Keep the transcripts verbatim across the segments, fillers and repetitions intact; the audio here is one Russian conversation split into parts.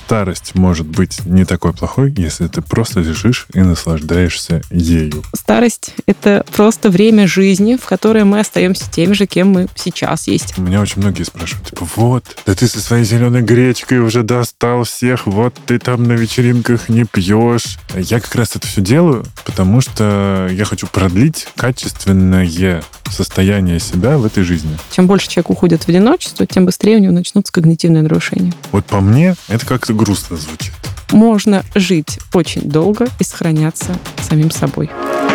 старость может быть не такой плохой, если ты просто лежишь и наслаждаешься ею. Старость — это просто время жизни, в которое мы остаемся теми же, кем мы сейчас есть. Меня очень многие спрашивают, типа, вот, да ты со своей зеленой гречкой уже достал всех, вот ты там на вечеринках не пьешь. Я как раз это все делаю, потому что я хочу продлить качественное состояние себя в этой жизни. Чем больше человек уходит в одиночество, тем быстрее у него начнутся когнитивные нарушения. Вот по мне это как-то грустно звучит. Можно жить очень долго и сохраняться самим собой.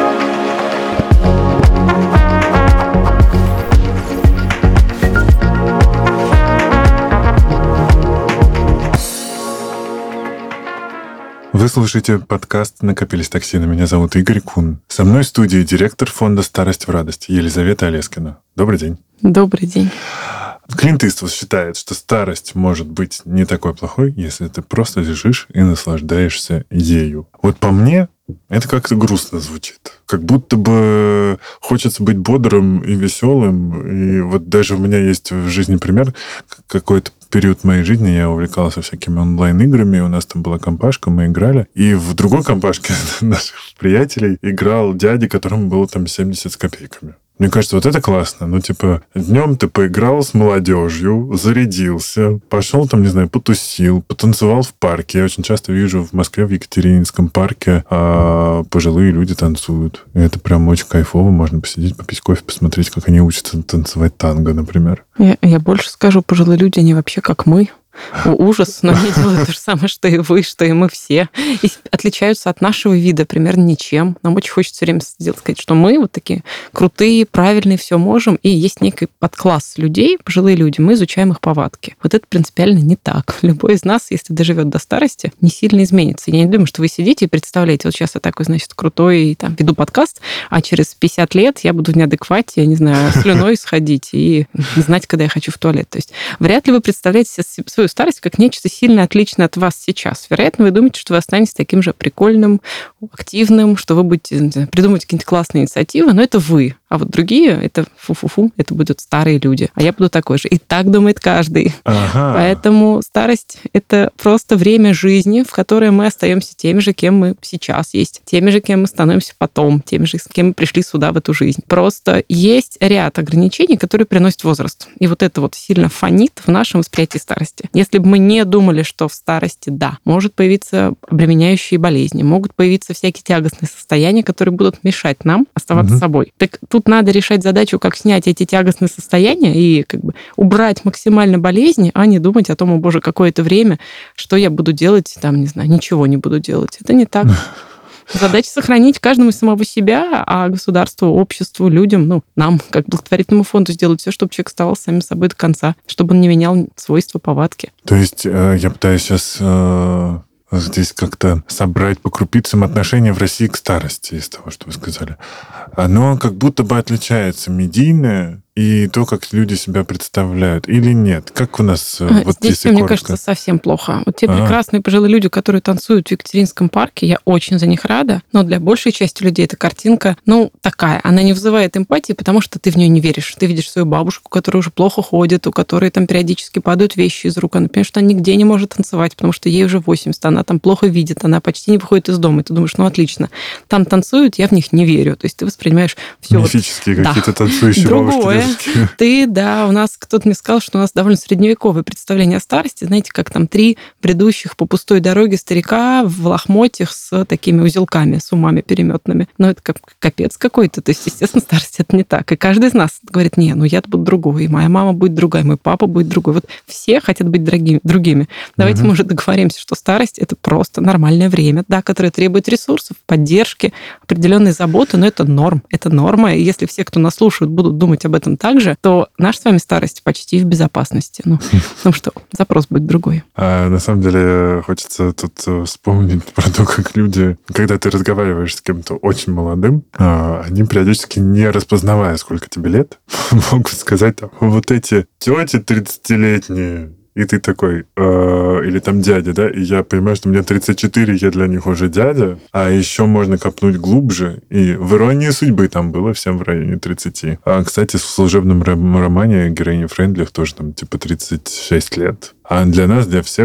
Вы слушаете подкаст «Накопились токсины». Меня зовут Игорь Кун. Со мной в студии директор фонда «Старость в радость» Елизавета Олескина. Добрый день. Добрый день. Клинт Иствуд считает, что старость может быть не такой плохой, если ты просто лежишь и наслаждаешься ею. Вот по мне это как-то грустно звучит. Как будто бы хочется быть бодрым и веселым. И вот даже у меня есть в жизни пример. Какой-то период моей жизни я увлекался всякими онлайн-играми. У нас там была компашка, мы играли. И в другой компашке наших приятелей играл дядя, которому было там семьдесят с копейками. Мне кажется, вот это классно. Ну, типа, днем ты поиграл с молодежью, зарядился, пошел там, не знаю, потусил, потанцевал в парке. Я очень часто вижу в Москве, в Екатерининском парке а, пожилые люди танцуют. И это прям очень кайфово. Можно посидеть, попить кофе, посмотреть, как они учатся танцевать танго, например. Я, я больше скажу, пожилые люди, они вообще как мы. Ужас, но они делают то же самое, что и вы, что и мы все. И отличаются от нашего вида примерно ничем. Нам очень хочется все время сделать, сказать, что мы вот такие крутые, правильные, все можем. И есть некий подкласс людей, пожилые люди, мы изучаем их повадки. Вот это принципиально не так. Любой из нас, если доживет до старости, не сильно изменится. Я не думаю, что вы сидите и представляете, вот сейчас я такой, значит, крутой, там, веду подкаст, а через пятьдесят лет я буду в неадеквате, я не знаю, слюной сходить и не знать, когда я хочу в туалет. То есть вряд ли вы представляете свою старость как нечто сильно отличное от вас сейчас. Вероятно, вы думаете, что вы останетесь таким же прикольным, активным, что вы будете знаю, придумывать какие-то классные инициативы, но это вы. А вот другие, это фу-фу-фу, это будут старые люди. А я буду такой же. И так думает каждый. Ага. Поэтому старость — это просто время жизни, в которое мы остаемся теми же, кем мы сейчас есть. Теми же, кем мы становимся потом. Теми же, с кем мы пришли сюда, в эту жизнь. Просто есть ряд ограничений, которые приносит возраст. И вот это вот сильно фонит в нашем восприятии старости. Если бы мы не думали, что в старости, да, может появиться обременяющие болезни, могут появиться всякие тягостные состояния, которые будут мешать нам оставаться угу. собой. Так тут надо решать задачу, как снять эти тягостные состояния и как бы убрать максимально болезни, а не думать о том, о боже, какое-то время, что я буду делать, там, не знаю, ничего не буду делать. Это не так. Задача сохранить каждому самого себя, а государству, обществу, людям, ну, нам, как благотворительному фонду, сделать все, чтобы человек оставался самим собой до конца, чтобы он не менял свойства, повадки. То есть э, я пытаюсь сейчас э, здесь как-то собрать по крупицам отношения в России к старости, из того, что вы сказали. Оно как будто бы отличается медийное и то, как люди себя представляют, или нет? Как у нас а, вот здесь, если мне коротко? кажется, совсем плохо. Вот те А-а. прекрасные пожилые люди, которые танцуют в Екатеринском парке, я очень за них рада, но для большей части людей эта картинка, ну, такая. Она не вызывает эмпатии, потому что ты в нее не веришь. Ты видишь свою бабушку, которая уже плохо ходит, у которой там периодически падают вещи из рук. Она понимает, что она нигде не может танцевать, потому что ей уже восемьдесят, она там плохо видит, она почти не выходит из дома. И ты думаешь, ну, отлично. Там танцуют, я в них не верю. То есть ты воспринимаешь все. Мифические вот... какие-то да. танцующие Другое. бабушки. Ты, да, у нас кто-то мне сказал, что у нас довольно средневековое представление о старости. Знаете, как там три бредущих по пустой дороге старика в лохмотьях с такими узелками, с умами переметными. Но это как капец какой-то. То есть, естественно, старость — это не так. И каждый из нас говорит, не, ну я буду другой, и моя мама будет другая, мой папа будет другой. Вот все хотят быть другими. другими. Давайте, угу. мы уже договоримся, что старость — это просто нормальное время, да, которое требует ресурсов, поддержки, определенной заботы, но это норм. Это норма. И если все, кто нас слушают, будут думать об этом так же, то наша с вами старость почти в безопасности. Ну, потому что запрос будет другой. А на самом деле хочется тут вспомнить про то, как люди, когда ты разговариваешь с кем-то очень молодым, они периодически, не распознавая, сколько тебе лет, могут сказать, там, вот эти тети тридцатилетние, и ты такой, э, или там дядя, да, и я понимаю, что мне тридцать четыре, я для них уже дядя, а еще можно копнуть глубже, и в «Иронии судьбы» там было всем в районе тридцати. А, кстати, в «Служебном романе» героини Фрейндлих тоже там типа тридцать шесть лет. А для нас, для всех,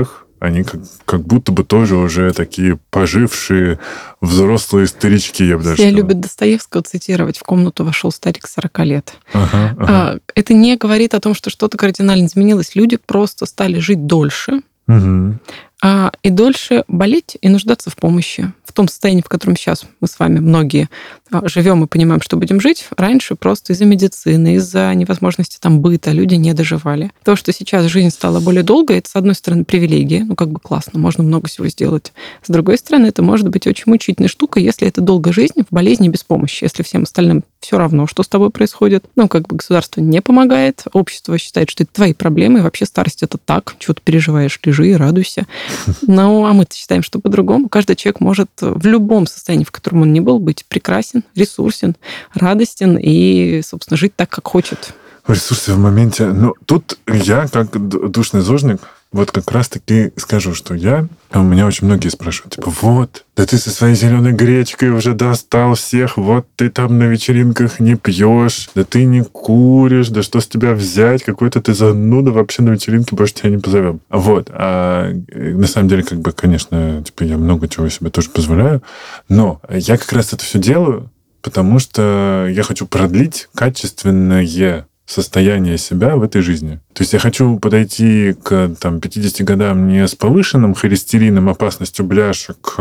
они как, как будто бы тоже уже такие пожившие взрослые старички, я бы даже Все сказал. любят Достоевского цитировать. В комнату вошел старик сорока лет. Ага, ага. Это не говорит о том, что что-то кардинально изменилось. Люди просто стали жить дольше. Угу. И дольше болеть и нуждаться в помощи. В том состоянии, в котором сейчас мы с вами многие живем и понимаем, что будем жить, раньше просто из-за медицины, из-за невозможности там быта люди не доживали. То, что сейчас жизнь стала более долгой, это, с одной стороны, привилегия, ну, как бы классно, можно много всего сделать. С другой стороны, это может быть очень мучительной штукой, если это долгая жизнь в болезни без помощи, если всем остальным все равно, что с тобой происходит. Ну, как бы государство не помогает, общество считает, что это твои проблемы, и вообще старость это так, чего ты переживаешь, лежи и радуйся. Ну, а мы-то считаем, что по-другому. Каждый человек может в любом состоянии, в котором он ни был, быть прекрасен, ресурсен, радостен и, собственно, жить так, как хочет. В ресурсе в моменте. Ну, тут я, как душный зожник, вот как раз-таки скажу, что я... У меня очень многие спрашивают, типа, вот, да ты со своей зеленой гречкой уже достал всех, вот ты там на вечеринках не пьешь, да ты не куришь, да что с тебя взять, какой-то ты зануда, вообще на вечеринке больше тебя не позовем. Вот. А на самом деле, как бы, конечно, типа, я много чего себе тоже позволяю, но я как раз это все делаю, потому что я хочу продлить качественное состояние себя в этой жизни. То есть я хочу подойти к там, пятидесяти годам не с повышенным холестерином, опасностью бляшек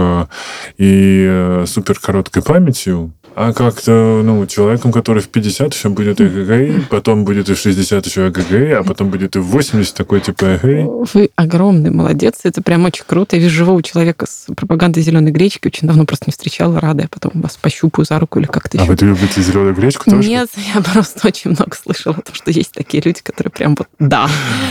и суперкороткой памятью, а как-то, ну, человеком, который в пятьдесят еще будет эгэгэй, потом будет и в шестьдесят еще эгэгэй, а потом будет и в восемьдесят такой типа эгэгэй. Вы огромный молодец, это прям очень круто. Я вижу живого человека с пропагандой зеленой гречки, очень давно просто не встречала, рада, я потом вас пощупаю за руку или как-то еще. А вы любите зеленую гречку тоже? Нет, я просто очень много слышала о том, что есть такие люди, которые прям вот да.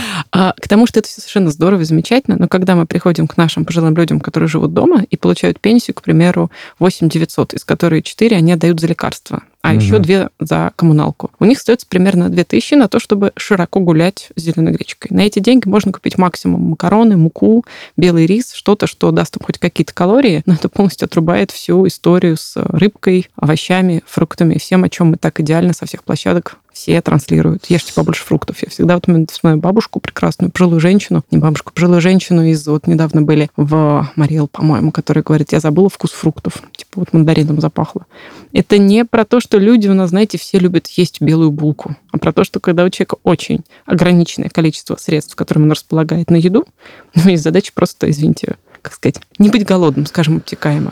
А, к тому, что это все совершенно здорово и замечательно, но когда мы приходим к нашим пожилым людям, которые живут дома и получают пенсию, к примеру, восемь девятьсот, из которой четыре они отдают за лекарства, а угу. еще две за коммуналку. У них остается примерно две тысячи на то, чтобы широко гулять с зеленой гречкой. На эти деньги можно купить максимум макароны, муку, белый рис, что-то, что даст им хоть какие-то калории, но это полностью отрубает всю историю с рыбкой, овощами, фруктами, всем, о чем мы так идеально со всех площадок все транслируют. Ешьте побольше фруктов. Я всегда вот вспоминаю бабушку прекрасную, пожилую женщину, не бабушку, пожилую женщину из, вот недавно были в Мариэл, по-моему, которая говорит, я забыла вкус фруктов. Типа вот мандарином запахло. Это не про то, что люди у нас, знаете, все любят есть белую булку, а про то, что когда у человека очень ограниченное количество средств, которыми он располагает на еду, ну, есть задача просто, извините, как сказать, не быть голодным, скажем, обтекаемо.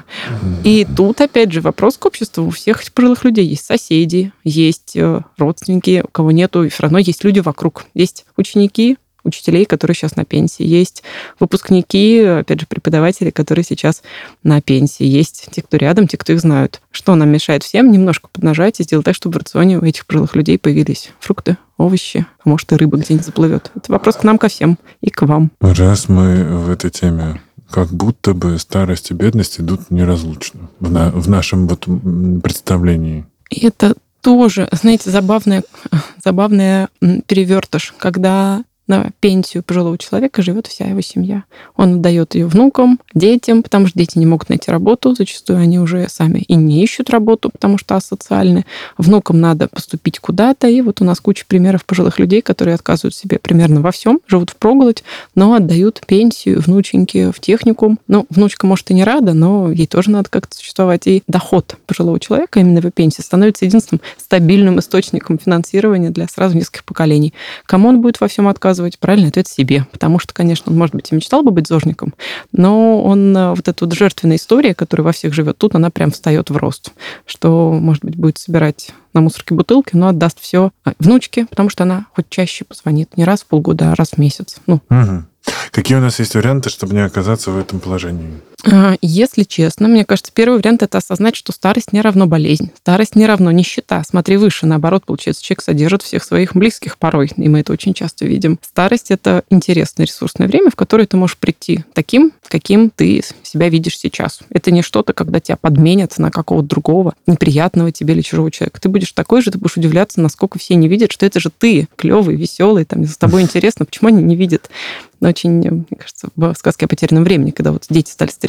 И тут, опять же, вопрос к обществу. У всех этих пожилых людей есть соседи, есть родственники, у кого нету, и все равно есть люди вокруг. Есть ученики, учителей, которые сейчас на пенсии. Есть выпускники, опять же, преподаватели, которые сейчас на пенсии. Есть те, кто рядом, те, кто их знают. Что нам мешает всем? Немножко поднажать и сделать так, чтобы в рационе у этих пожилых людей появились фрукты, овощи, а может, и рыба где-нибудь заплывет. Это вопрос к нам, ко всем и к вам. Раз мы в этой теме, как будто бы старость и бедность идут неразлучно в, на, в нашем вот представлении. И это тоже, знаете, забавная, забавная перевертыш, когда на пенсию пожилого человека живет вся его семья. Он отдает ее внукам, детям, потому что дети не могут найти работу. Зачастую они уже сами и не ищут работу, потому что асоциальны. Внукам надо поступить куда-то. И вот у нас куча примеров пожилых людей, которые отказывают себе примерно во всем, живут впроголодь, но отдают пенсию внученьке в техникум. Ну, внучка, может, и не рада, но ей тоже надо как-то существовать. И доход пожилого человека, именно его пенсия, становится единственным стабильным источником финансирования для сразу нескольких поколений. Кому он будет во всем отказывать? Правильно, ответ себе. Потому что, конечно, он, может быть, и мечтал бы быть зожником, но он вот эта вот жертвенная история, которая во всех живет, тут она прям встает в рост. Что, может быть, будет собирать на мусорке бутылки, но отдаст все внучке, потому что она хоть чаще позвонит. Не раз в полгода, а раз в месяц. Ну. Угу. Какие у нас есть варианты, чтобы не оказаться в этом положении? Если честно, мне кажется, первый вариант – это осознать, что старость не равно болезнь, старость не равно нищета. Смотри выше, наоборот, получается, человек содержит всех своих близких порой, и мы это очень часто видим. Старость – это интересное ресурсное время, в которое ты можешь прийти таким, каким ты себя видишь сейчас. Это не что-то, когда тебя подменят на какого-то другого, неприятного тебе или чужого человека. Ты будешь такой же, ты будешь удивляться, насколько все не видят, что это же ты, клевый, веселый, там, с тобой интересно, почему они не видят? Очень, мне кажется, в сказке о потерянном времени, когда вот дети стали стареть,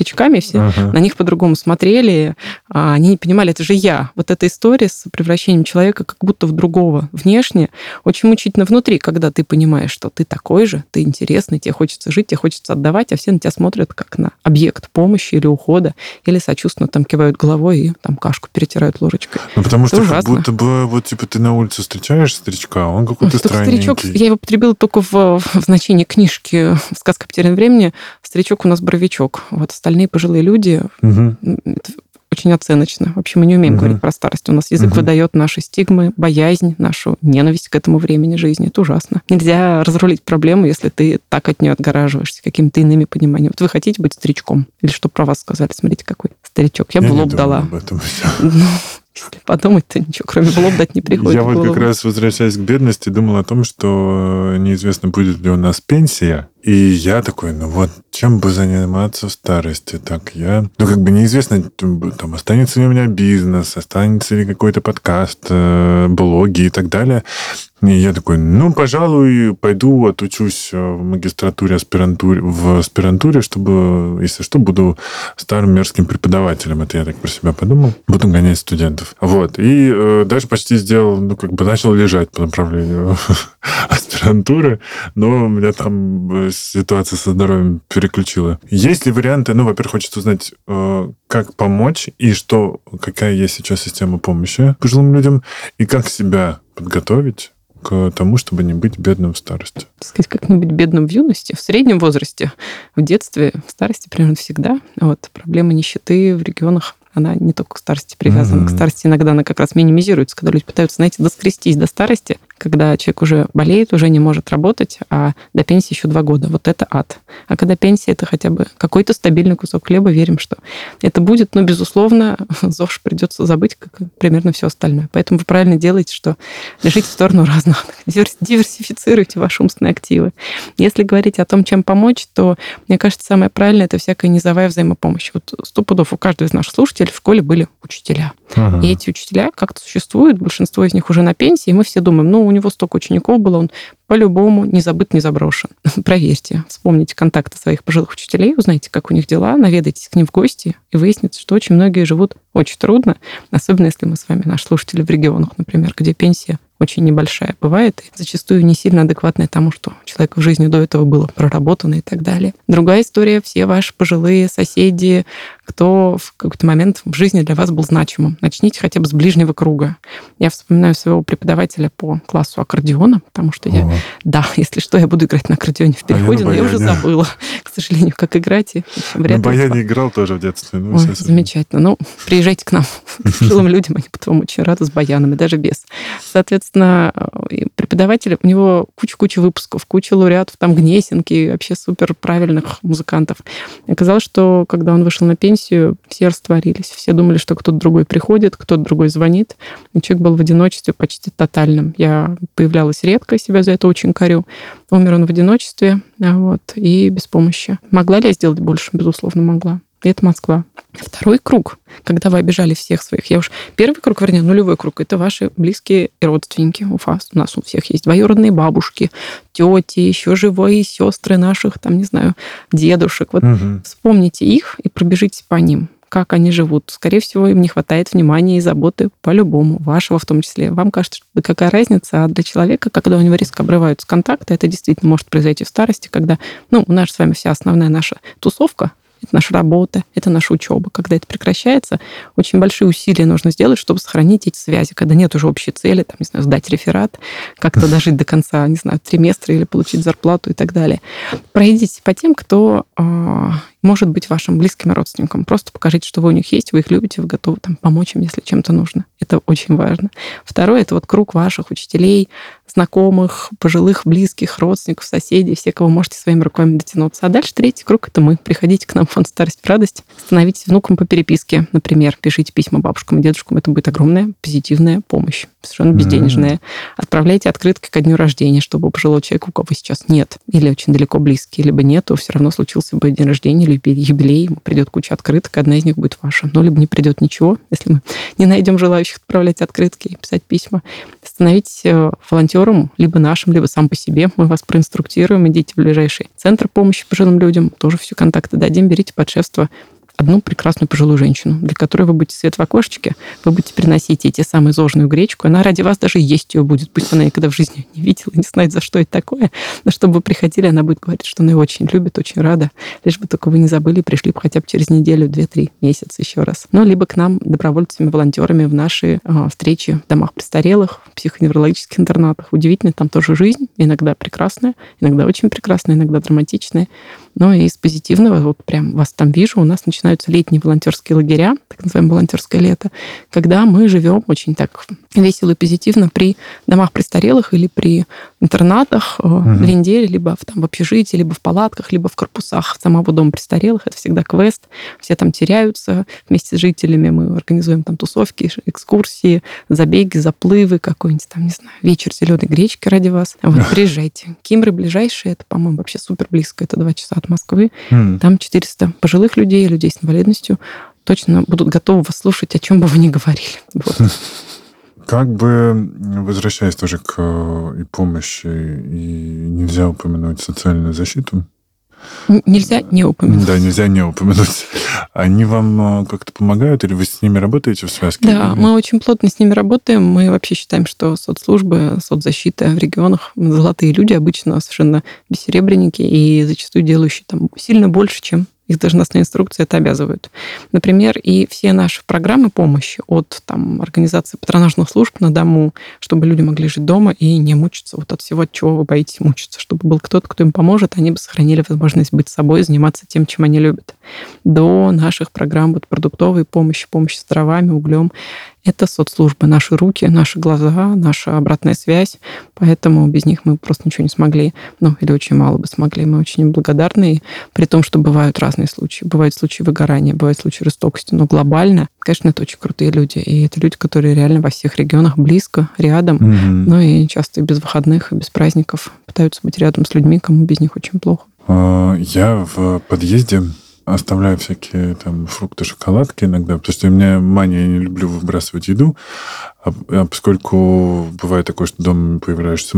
старичками, все ага. на них по-другому смотрели, они не понимали, это же я. Вот эта история с превращением человека как будто в другого внешне очень мучительно внутри, когда ты понимаешь, что ты такой же, ты интересный, тебе хочется жить, тебе хочется отдавать, а все на тебя смотрят как на объект помощи или ухода, или сочувственно там кивают головой и там кашку перетирают ложечкой. Ну, потому это что ужасно. Как будто бы вот типа ты на улице встречаешь старичка, он какой-то странненький. Старичок, я его потребила только в, в значении книжки «Сказка потерянного времени». Старичок у нас боровичок. Вот остальные пожилые люди... Угу. Очень оценочно. Вообще мы не умеем uh-huh. говорить про старость. У нас язык uh-huh. выдает наши стигмы, боязнь, нашу ненависть к этому времени жизни. Это ужасно. Нельзя разрулить проблему, если ты так от нее отгораживаешься какими-то иными пониманиями. Вот вы хотите быть старичком? Или что про вас сказали? Смотрите, какой старичок. Я, Я бы лоб дала. Об этом. Если подумать-то ничего, кроме в лоб дать не приходит. Я вот как раз, возвращаясь к бедности, думал о том, что неизвестно, будет ли у нас пенсия. И я такой, ну вот, чем бы заниматься в старости? Так, я... Ну, как бы неизвестно, там, останется ли у меня бизнес, останется ли какой-то подкаст, блоги и так далее. И я такой, ну, пожалуй, пойду отучусь в магистратуре, аспирантуре, в аспирантуре, чтобы, если что, буду старым мерзким преподавателем. Это я так про себя подумал. Буду гонять студентов. Вот. И э, даже почти сделал, ну, как бы начал лежать по направлению аспирантуры, но у меня там ситуация со здоровьем переключила. Есть ли варианты? Ну, во-первых, хочется узнать, э, как помочь и что, какая есть сейчас система помощи пожилым людям, и как себя подготовить к тому, чтобы не быть бедным в старости. Сказать, как не быть бедным в юности, в среднем возрасте, в детстве, в старости примерно всегда. Вот проблема нищеты в регионах, она не только к старости привязана. Mm-hmm. К старости иногда она как раз минимизируется, когда люди пытаются, знаете, доскрестись до старости, когда человек уже болеет, уже не может работать, а до пенсии еще два года. Вот это ад. А когда пенсия, это хотя бы какой-то стабильный кусок хлеба, верим, что это будет, но, безусловно, ЗОЖ придется забыть, как и примерно все остальное. Поэтому вы правильно делаете, что лежите в сторону разных, диверсифицируйте ваши умственные активы. Если говорить о том, чем помочь, то, мне кажется, самое правильное — это всякая низовая взаимопомощь. Вот сто пудов у каждого из наших слушателей в школе были учителя. Ага. И эти учителя как-то существуют, большинство из них уже на пенсии, и мы все думаем, ну, у него столько учеников было, он по-любому не забыт, не заброшен. Проверьте, вспомните контакты своих пожилых учителей, узнайте, как у них дела, наведайтесь к ним в гости, и выяснится, что очень многие живут очень трудно, особенно если мы с вами, наши слушатели, в регионах, например, где пенсия очень небольшая бывает, и зачастую не сильно адекватная тому, что у человека в жизни до этого было проработано и так далее. Другая история, все ваши пожилые соседи, кто в какой-то момент в жизни для вас был значимым. Начните хотя бы с ближнего круга. Я вспоминаю своего преподавателя по классу аккордеона, потому что я, да, если что, я буду играть на аккордеоне в переходе, а но я уже забыла, к сожалению, как играть. И, на баяне играл тоже в детстве. Ну, Ой, замечательно. Ну, приезжайте к нам, к пожилым людям, они потом очень рады с баянами, даже без. Соответственно, преподаватель, у него куча-куча выпусков, куча лауреатов, там Гнесинки, вообще супер правильных музыкантов. И оказалось, что когда он вышел на пенсию, все растворились. Все думали, что кто-то другой приходит, кто-то другой звонит. И человек был в одиночестве почти тотальном. Я появлялась редко, себя за это очень корю. Умер он в одиночестве, вот, и без помощи. Могла ли я сделать больше? Безусловно, могла. И это Москва. Второй круг, когда вы обижали всех своих. Я уж первый круг, вернее, нулевой круг, это ваши близкие родственники. У вас, у нас у всех есть двоюродные бабушки, тети, еще живые сестры наших, там, не знаю, дедушек. Вот угу. Вспомните их и пробежитесь по ним. Как они живут. Скорее всего, им не хватает внимания и заботы по-любому, вашего в том числе. Вам кажется, что да какая разница, а для человека, когда у него резко обрываются контакты, это действительно может произойти в старости, когда, ну, у нас с вами вся основная наша тусовка, это наша работа, это наша учеба. Когда это прекращается, очень большие усилия нужно сделать, чтобы сохранить эти связи, когда нет уже общей цели, там, не знаю, сдать реферат, как-то дожить до конца, не знаю, триместра или получить зарплату и так далее. Пройдите по тем, кто э, может быть вашим близким родственником. Просто покажите, что вы у них есть, вы их любите, вы готовы там помочь им, если чем-то нужно. Это очень важно. Второе — это вот круг ваших учителей, знакомых, пожилых, близких, родственников, соседей, все, кого можете своими руками дотянуться. А дальше третий круг — это мы. Приходите к нам в фонд «Старость в радость», становитесь внуком по переписке, например, пишите письма бабушкам и дедушкам, это будет огромная позитивная помощь, совершенно безденежная. Mm-hmm. Отправляйте открытки ко дню рождения, чтобы у пожилого человека, у кого сейчас нет, или очень далеко близкие, либо нету, все равно случился бы день рождения или юбилей, ему придет куча открыток, одна из них будет ваша. Ну, либо не придет ничего, если мы не найдем желающих отправлять открытки и писать письма. Становитесь волонтером, либо нашим, либо сам по себе. Мы вас проинструктируем, идите в ближайший центр помощи пожилым людям, тоже все контакты дадим, берите под шефство одну прекрасную пожилую женщину, для которой вы будете свет в окошечке, вы будете приносить ей те самые зожную гречку, она ради вас даже есть ее будет, пусть она никогда в жизни не видела, не знает, за что это такое, но чтобы вы приходили, она будет говорить, что она ее очень любит, очень рада, лишь бы только вы не забыли, пришли бы хотя бы через неделю, две-три месяца еще раз. Ну, либо к нам добровольцами, волонтерами в наши э, встречи в домах престарелых, в психоневрологических интернатах. Удивительно, там тоже жизнь, иногда прекрасная, иногда очень прекрасная, иногда драматичная. Но и из позитивного, вот прям вас там вижу, у нас начинаются летние волонтерские лагеря, так называемое волонтерское лето, когда мы живем очень так весело и позитивно при домах престарелых или при интернатах угу. в неделю, либо в, там, в общежитии, либо в палатках, либо в корпусах самого дома престарелых. Это всегда квест. Все там теряются. Вместе с жителями мы организуем там тусовки, экскурсии, забеги, заплывы, какой-нибудь там, не знаю, вечер зеленой гречки ради вас. Вот, приезжайте. Кимры ближайшие, это, по-моему, вообще супер близко. Это два часа от Москвы. Mm. Там четыреста пожилых людей, людей с инвалидностью точно будут готовы вас слушать, о чем бы вы ни говорили. Вот. Как бы, возвращаясь тоже к и помощи, и нельзя упомянуть социальную защиту. Нельзя не упомянуть. Да, нельзя не упомянуть. Они вам как-то помогают, или вы с ними работаете в связке? Да, или... мы очень плотно с ними работаем. Мы вообще считаем, что соцслужбы, соцзащита в регионах, золотые люди обычно совершенно бессеребренники и зачастую делающие там сильно больше, чем их должностные инструкции это обязывают. Например, и все наши программы помощи от там, организации патронажных служб на дому, чтобы люди могли жить дома и не мучиться вот от всего, от чего вы боитесь мучиться, чтобы был кто-то, кто им поможет, они бы сохранили возможность быть собой, заниматься тем, чем они любят. До наших программ вот, продуктовой помощи, помощи с дровами, углем. Это соцслужбы, наши руки, наши глаза, наша обратная связь. Поэтому без них мы просто ничего не смогли. Ну, или очень мало бы смогли. Мы очень им благодарны. При том, что бывают разные случаи. Бывают случаи выгорания, бывают случаи жестокости. Но глобально, конечно, это очень крутые люди. И это люди, которые реально во всех регионах близко, рядом. Mm-hmm. Ну и часто и без выходных, и без праздников пытаются быть рядом с людьми, кому без них очень плохо. Я в подъезде оставляю всякие там фрукты, шоколадки иногда, потому что у меня мания, я не люблю выбрасывать еду, а, а поскольку бывает такое, что дома появляешься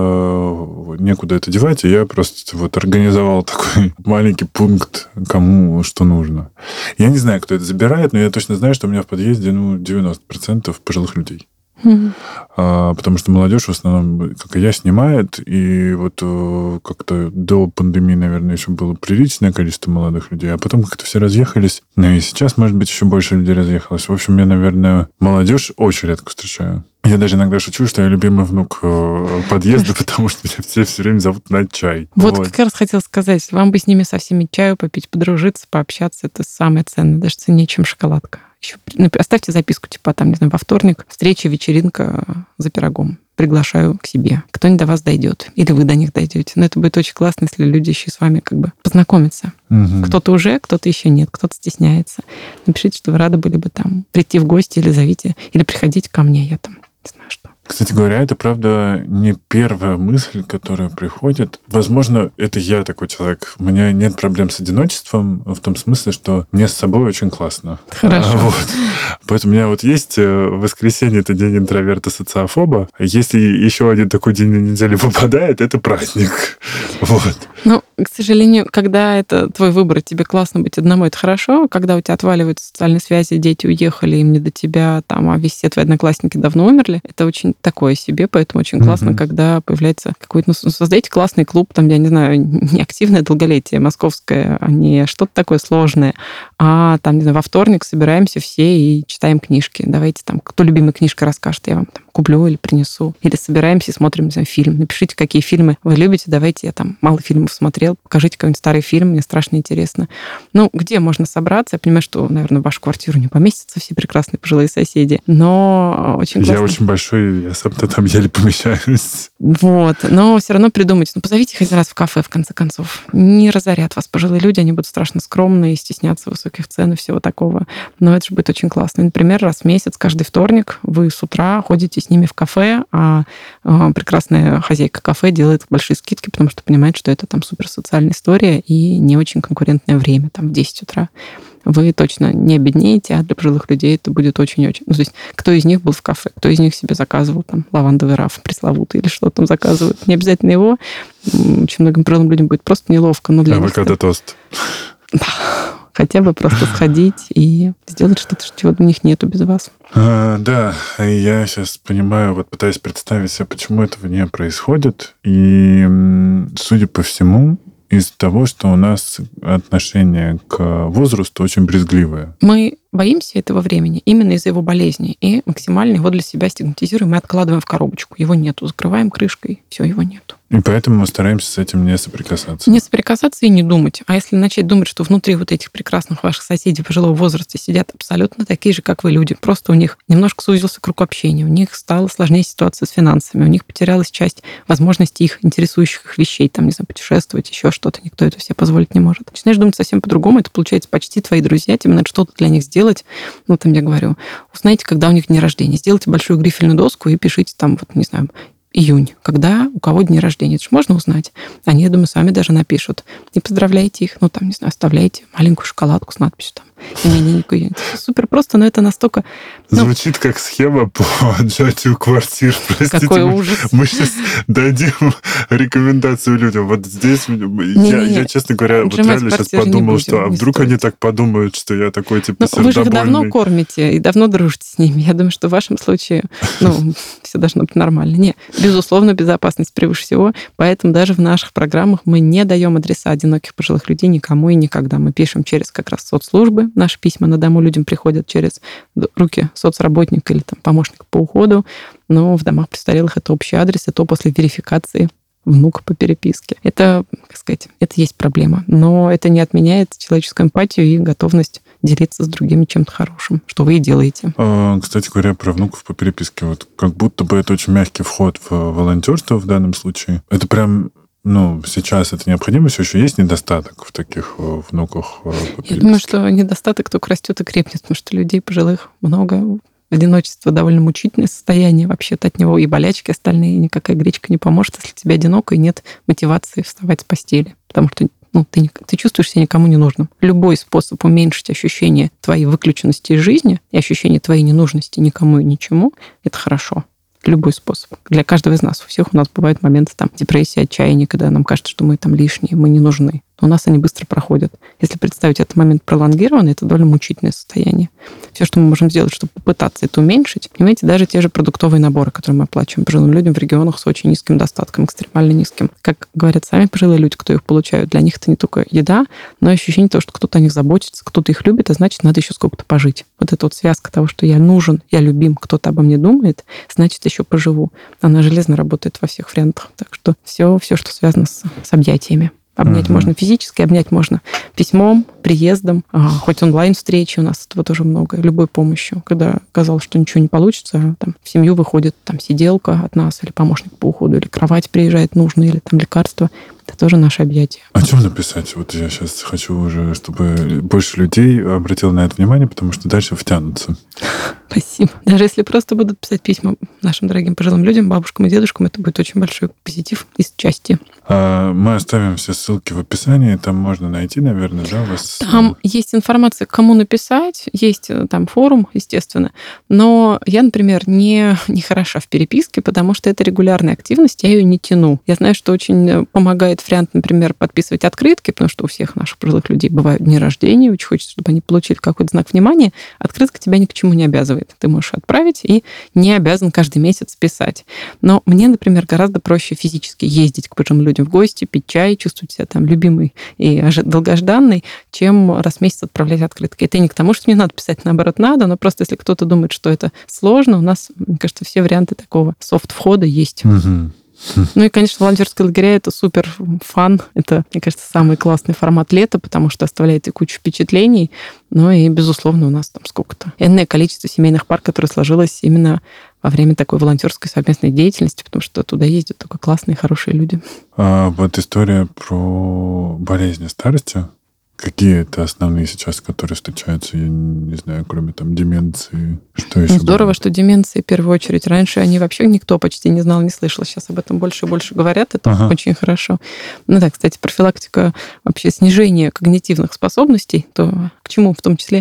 мало, некуда это девать, и я просто вот организовал такой маленький пункт, кому что нужно. Я не знаю, кто это забирает, но я точно знаю, что у меня в подъезде ну, девяносто процентов пожилых людей. Mm-hmm. А, потому что молодежь в основном, как и я, снимает, и вот как-то до пандемии, наверное, еще было приличное количество молодых людей, а потом как-то все разъехались, ну и сейчас, может быть, еще больше людей разъехалось. В общем, я, наверное, молодежь очень редко встречаю. Я даже иногда шучу, что я любимый внук подъезда, потому что меня все все время зовут на чай. Вот, вот как раз хотела сказать, вам бы с ними со всеми чаю попить, подружиться, пообщаться, это самое ценное, даже ценнее, чем шоколадка. Еще, ну, оставьте записку, типа, там, не знаю, во вторник встреча, вечеринка за пирогом. Приглашаю к себе. Кто-нибудь до вас дойдет. Или вы до них дойдете. Но это будет очень классно, если люди еще с вами как бы познакомятся. Угу. Кто-то уже, кто-то еще нет, кто-то стесняется. Напишите, что вы рады были бы там прийти в гости или зовите, или приходите ко мне, я там не знаю что. Кстати говоря, это, правда, не первая мысль, которая приходит. Возможно, это я такой человек. У меня нет проблем с одиночеством в том смысле, что мне с собой очень классно. Хорошо. А, вот. Поэтому у меня вот есть воскресенье, это день интроверта-социофоба. Если еще один такой день на неделю попадает, это праздник. Вот. Ну, к сожалению, когда это твой выбор, тебе классно быть одному, это хорошо. Когда у тебя отваливаются социальные связи, дети уехали, им не до тебя, там, а все твои одноклассники давно умерли, это очень такое себе, поэтому очень классно, mm-hmm. когда появляется какой-то... Ну, создайте классный клуб, там, я не знаю, не активное долголетие московское, а не что-то такое сложное, а там, не знаю, во вторник собираемся все и читаем книжки. Давайте там, кто любимой книжкой расскажет, я вам там куплю или принесу. Или собираемся и смотрим, не знаю, фильм. Напишите, какие фильмы вы любите, давайте, я там мало фильмов смотрел, покажите какой-нибудь старый фильм, мне страшно интересно. Ну, где можно собраться? Я понимаю, что, наверное, в вашу квартиру не поместятся все прекрасные пожилые соседи, но очень классно. Я очень большой, я сам-то там еле помещаюсь. Вот, но все равно придумайте. Ну, позовите их один раз в кафе, в конце концов. Не разорят вас пожилые люди, они будут страшно скромные, стесняться высоких цен и всего такого. Но это же будет очень классно. Например, раз в месяц, каждый вторник, вы с утра ходите с ними в кафе, а прекрасная хозяйка кафе делает большие скидки, потому что понимает, что это там суперсоциальная история и не очень конкурентное время, там в десять утра. Вы точно не обеднеете, а для пожилых людей это будет очень-очень... Ну, то есть кто из них был в кафе, кто из них себе заказывал там лавандовый раф пресловутый или что там заказывают. Не обязательно его. Очень многим пожилым людям будет просто неловко. Но для авокадо-тост. Да. Хотя бы просто сходить и сделать что-то, чего у них нету без вас. А, да, я сейчас понимаю, вот пытаюсь представить себе, почему этого не происходит. И, судя по всему, из-за того, что у нас отношение к возрасту очень брезгливое. Мы боимся этого времени именно из-за его болезни. И максимально его для себя стигматизируем и откладываем в коробочку. Его нету. Закрываем крышкой. Все, его нету. И поэтому мы стараемся с этим не соприкасаться. Не соприкасаться и не думать. А если начать думать, что внутри вот этих прекрасных ваших соседей пожилого возраста сидят абсолютно такие же, как вы люди, просто у них немножко сузился круг общения, у них стала сложнее ситуация с финансами, у них потерялась часть возможностей их интересующих их вещей, там, не знаю, путешествовать, еще что-то, никто это себе позволить не может. Начинаешь думать совсем по-другому, это получается почти твои друзья, тебе надо что-то для них сделать. Ну, там я говорю, узнайте, когда у них день рождения, сделайте большую грифельную доску и пишите там, вот, не знаю, июнь, когда у кого день рождения. Это же можно узнать. Они, я думаю, сами даже напишут. И поздравляйте их, ну, там, не знаю, оставляйте маленькую шоколадку с надписью там. Не-не-не, супер просто, но это настолько... Ну, звучит как схема по отжатию квартир. Простите, какой ужас. Мы сейчас дадим рекомендацию людям. Вот здесь не, я, я, честно говоря, вот реально сейчас подумал, будем, что а вдруг стоит. Они так подумают, что я такой, типа, сердобольный. Вы же их давно кормите и давно дружите с ними. Я думаю, что в вашем случае, ну, все должно быть нормально. Не, безусловно, безопасность превыше всего. Поэтому даже в наших программах мы не даем адреса одиноких пожилых людей никому и никогда. Мы пишем через как раз соцслужбы. Наши письма на дому людям приходят через руки соцработника или там, помощника по уходу. Но в домах престарелых это общий адрес, и то после верификации внука по переписке. Это, как сказать, это есть проблема. Но это не отменяет человеческую эмпатию и готовность делиться с другими чем-то хорошим, что вы и делаете. А, кстати говоря, про внуков по переписке. Вот как будто бы это очень мягкий вход в волонтерство в данном случае. Это прям... Ну, сейчас это необходимо, все еще есть недостаток в таких внуках по переписке? Я думаю, что недостаток только растет и крепнет, потому что людей пожилых много. Одиночество довольно мучительное состояние. Вообще-то от него и болячки остальные, и никакая гречка не поможет, если тебе одиноко и нет мотивации вставать с постели. Потому что ну, ты, ты чувствуешь себя никому не нужным. Любой способ уменьшить ощущение твоей выключенности из жизни и ощущение твоей ненужности никому и ничему — это хорошо. Любой способ. Для каждого из нас. У всех у нас бывают моменты там депрессии, отчаяния, когда нам кажется, что мы там лишние, мы не нужны. Но у нас они быстро проходят. Если представить этот момент пролонгированный, это довольно мучительное состояние. Все, что мы можем сделать, чтобы попытаться это уменьшить, понимаете, даже те же продуктовые наборы, которые мы оплачиваем пожилым людям в регионах с очень низким достатком, экстремально низким. Как говорят сами пожилые люди, кто их получают, для них это не только еда, но и ощущение того, что кто-то о них заботится, кто-то их любит, а значит, надо еще сколько-то пожить. Вот эта вот связка того, что я нужен, я любим, кто-то обо мне думает, значит, еще поживу. Она железно работает во всех вариантах. Так что все, все что связано с, с объятиями. Обнять uh-huh. можно физически, обнять можно письмом, приездом, а, хоть онлайн-встречи, у нас этого тоже много, любой помощью. Когда казалось, что ничего не получится, там, в семью выходит там, сиделка от нас, или помощник по уходу, или кровать приезжает нужная, или там лекарство. Это тоже наше объятие. О чем написать? Вот я сейчас хочу уже, чтобы больше людей обратило на это внимание, потому что дальше втянутся. Спасибо. Даже если просто будут писать письма нашим дорогим пожилым людям, бабушкам и дедушкам, это будет очень большой позитив из части. А мы оставим все ссылки в описании, там можно найти, наверное, да, у вас? Там есть информация, кому написать, есть там форум, естественно, но я, например, не, не хороша в переписке, потому что это регулярная активность, я ее не тяну. Я знаю, что очень помогает вариант, например, подписывать открытки, потому что у всех наших пожилых людей бывают дни рождения, очень хочется, чтобы они получили какой-то знак внимания. Открытка тебя ни к чему не обязывает. Ты можешь отправить и не обязан каждый месяц писать. Но мне, например, гораздо проще физически ездить к пожилым людям в гости, пить чай, чувствовать себя там любимой и долгожданной, чем раз в месяц отправлять открытки. Это не к тому, что мне надо писать, наоборот, надо, но просто если кто-то думает, что это сложно, у нас, мне кажется, все варианты такого софт-входа есть. Угу. Ну и, конечно, волонтерские лагеря — это супер фан. Это, мне кажется, самый классный формат лета, потому что оставляет и кучу впечатлений. Ну и, безусловно, у нас там сколько-то. Энное количество семейных пар, которое сложилось именно во время такой волонтерской совместной деятельности, потому что туда ездят только классные, хорошие люди. А вот история про болезни старости. Какие это основные сейчас, которые встречаются, я не знаю, кроме там деменции? Что еще? Здорово, бывает? Что деменции в первую очередь. Раньше они вообще никто почти не знал, не слышал. Сейчас об этом больше и больше говорят. Это ага. очень хорошо. Ну да, кстати, профилактика вообще снижения когнитивных способностей, то к чему в том числе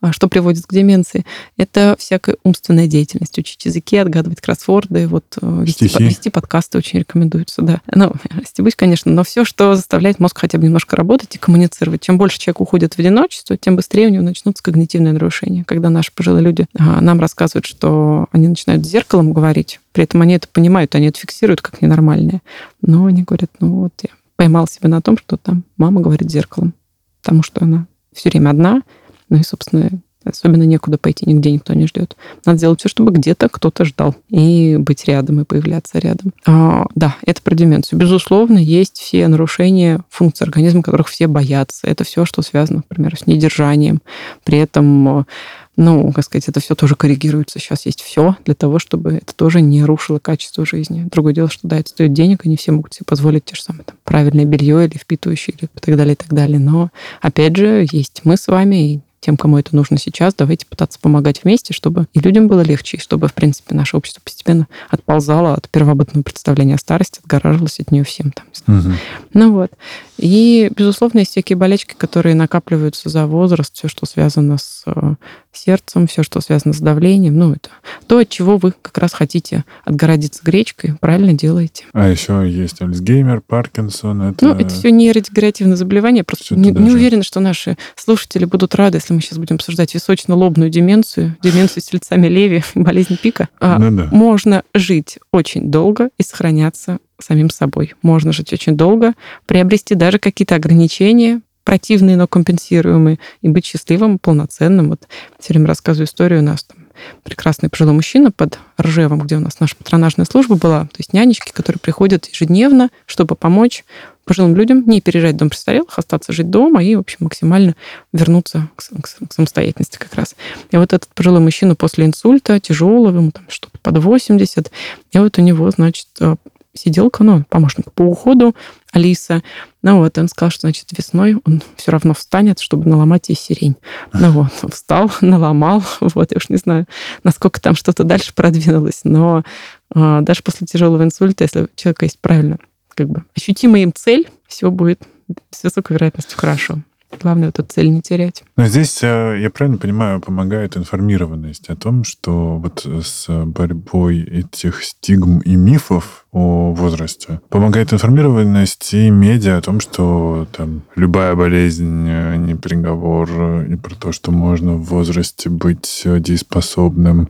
что приводит к деменции? Это всякая умственная деятельность. Учить языки, отгадывать кроссворды, вот вести, вести подкасты очень рекомендуется, да. Ну, стебусь, конечно, но все, что заставляет мозг хотя бы немножко работать и коммуницировать. Чем больше человек уходит в одиночество, тем быстрее у него начнутся когнитивные нарушения. Когда наши пожилые люди нам рассказывают, что они начинают с зеркалом говорить, при этом они это понимают, они это фиксируют как ненормальное. Но они говорят, ну вот я поймал себя на том, что там мама говорит зеркалом, потому что она все время одна, ну и, собственно, особенно некуда пойти, нигде никто не ждет. Надо делать все, чтобы где-то кто-то ждал, и быть рядом, и появляться рядом. А, да, это про деменцию. Безусловно, есть все нарушения функций организма, которых все боятся. Это все, что связано, например, с недержанием. При этом, ну, как сказать, это все тоже коррегируется. Сейчас есть все для того, чтобы это тоже не рушило качество жизни. Другое дело, что да, это стоит денег, и не все могут себе позволить те же самые там, правильное белье или впитывающие, или и так далее, и так далее. Но, опять же, есть мы с вами, и тем, кому это нужно сейчас, давайте пытаться помогать вместе, чтобы и людям было легче, и чтобы, в принципе, наше общество постепенно отползало от первобытного представления о старости, отгораживалось от нее всем. Там, угу. Ну вот. И, безусловно, есть всякие болячки, которые накапливаются за возраст, все, что связано с сердцем, все, что связано с давлением. Ну, это то, от чего вы как раз хотите отгородиться гречкой, правильно делаете. А еще есть Альцгеймер, Паркинсон. Это... Ну, это все нейродегенеративные заболевания. Просто не, не уверена, что наши слушатели будут рады, если мы сейчас будем обсуждать височно-лобную деменцию, деменцию с тельцами Леви, болезнь Пика. Ну, да. Можно жить очень долго и сохраняться самим собой. Можно жить очень долго, приобрести даже какие-то ограничения, противные, но компенсируемые, и быть счастливым, полноценным. Вот все время рассказываю историю. У нас там прекрасный пожилой мужчина под Ржевом, где у нас наша патронажная служба была, то есть нянечки, которые приходят ежедневно, чтобы помочь пожилым людям не переезжать в дом престарелых, остаться жить дома и, в общем, максимально вернуться к, к, к самостоятельности как раз. И вот этот пожилой мужчина после инсульта, тяжелого, ему там что-то под восемьдесят, и вот у него, значит, сиделка, ну, помощник по уходу, Алиса. Ну вот, он сказал, что, значит, весной он все равно встанет, чтобы наломать ей сирень. Ну вот, он встал, наломал. Вот, я уж не знаю, насколько там что-то дальше продвинулось, но а, даже после тяжелого инсульта, если у человека есть правильно, как бы, ощутимая им цель, все будет с высокой вероятностью хорошо. Главное эту цель не терять. Но здесь, я правильно понимаю, помогает информированность о том, что вот с борьбой этих стигм и мифов о возрасте помогает информированность и медиа о том, что там любая болезнь не приговор, и про то, что можно в возрасте быть дееспособным.